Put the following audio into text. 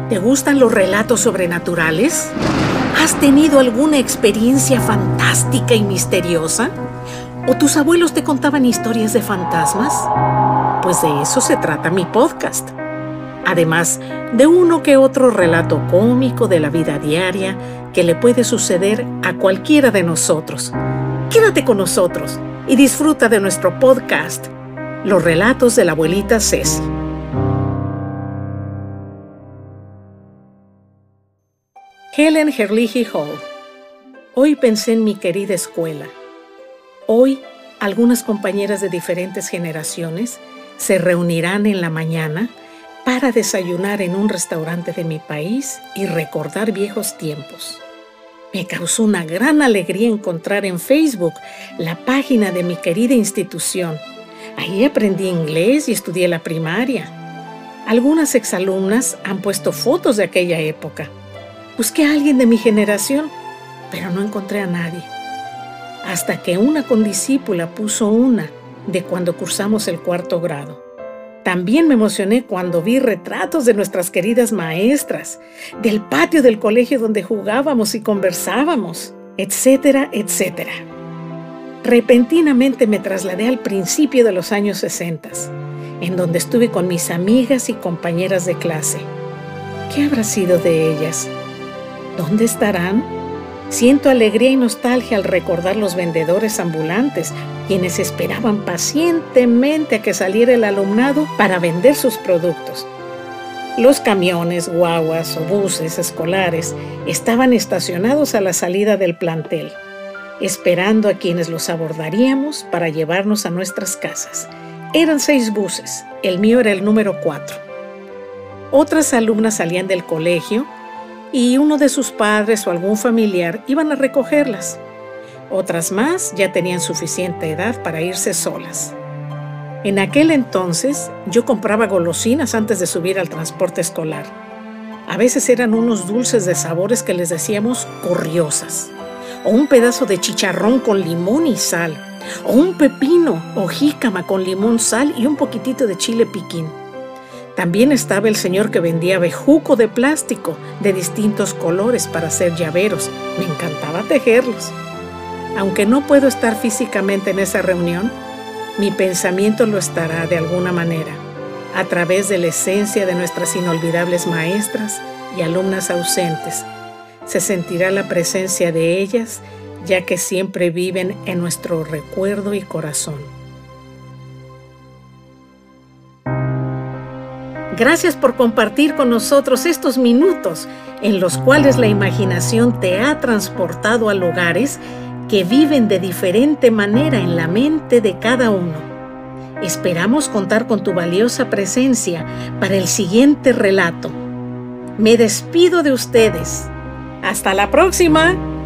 ¿Te gustan los relatos sobrenaturales? ¿Has tenido alguna experiencia fantástica y misteriosa? ¿O tus abuelos te contaban historias de fantasmas? Pues de eso se trata mi podcast. Además de uno que otro relato cómico de la vida diaria que le puede suceder a cualquiera de nosotros. Quédate con nosotros y disfruta de nuestro podcast, Los relatos de la abuelita Ceci. Helen Herlihy Hall. Hoy pensé en mi querida escuela. Hoy, algunas compañeras de diferentes generaciones se reunirán en la mañana para desayunar en un restaurante de mi país y recordar viejos tiempos. Me causó una gran alegría encontrar en Facebook la página de mi querida institución. Ahí aprendí inglés y estudié la primaria. Algunas exalumnas han puesto fotos de aquella época. Busqué a alguien de mi generación, pero no encontré a nadie. Hasta que una condiscípula puso una de cuando cursamos el 4º grado. También me emocioné cuando vi retratos de nuestras queridas maestras, del patio del colegio donde jugábamos y conversábamos, etcétera, etcétera. Repentinamente me trasladé al principio de los años 60, en donde estuve con mis amigas y compañeras de clase. ¿Qué habrá sido de ellas? ¿Dónde estarán? Siento alegría y nostalgia al recordar los vendedores ambulantes, quienes esperaban pacientemente a que saliera el alumnado para vender sus productos. Los camiones, guaguas o buses escolares estaban estacionados a la salida del plantel, esperando a quienes los abordaríamos para llevarnos a nuestras casas. Eran 6 buses, el mío era el número 4. Otras alumnas salían del colegio y uno de sus padres o algún familiar iban a recogerlas. Otras más ya tenían suficiente edad para irse solas. En aquel entonces yo compraba golosinas antes de subir al transporte escolar. A veces eran unos dulces de sabores que les decíamos corriosas, o un pedazo de chicharrón con limón y sal, o un pepino o jícama con limón, sal y un poquitito de chile piquín. También estaba el señor que vendía bejuco de plástico de distintos colores para hacer llaveros. Me encantaba tejerlos. Aunque no puedo estar físicamente en esa reunión, mi pensamiento lo estará de alguna manera, a través de la esencia de nuestras inolvidables maestras y alumnas ausentes. Se sentirá la presencia de ellas, ya que siempre viven en nuestro recuerdo y corazón. Gracias por compartir con nosotros estos minutos en los cuales la imaginación te ha transportado a lugares que viven de diferente manera en la mente de cada uno. Esperamos contar con tu valiosa presencia para el siguiente relato. Me despido de ustedes. ¡Hasta la próxima!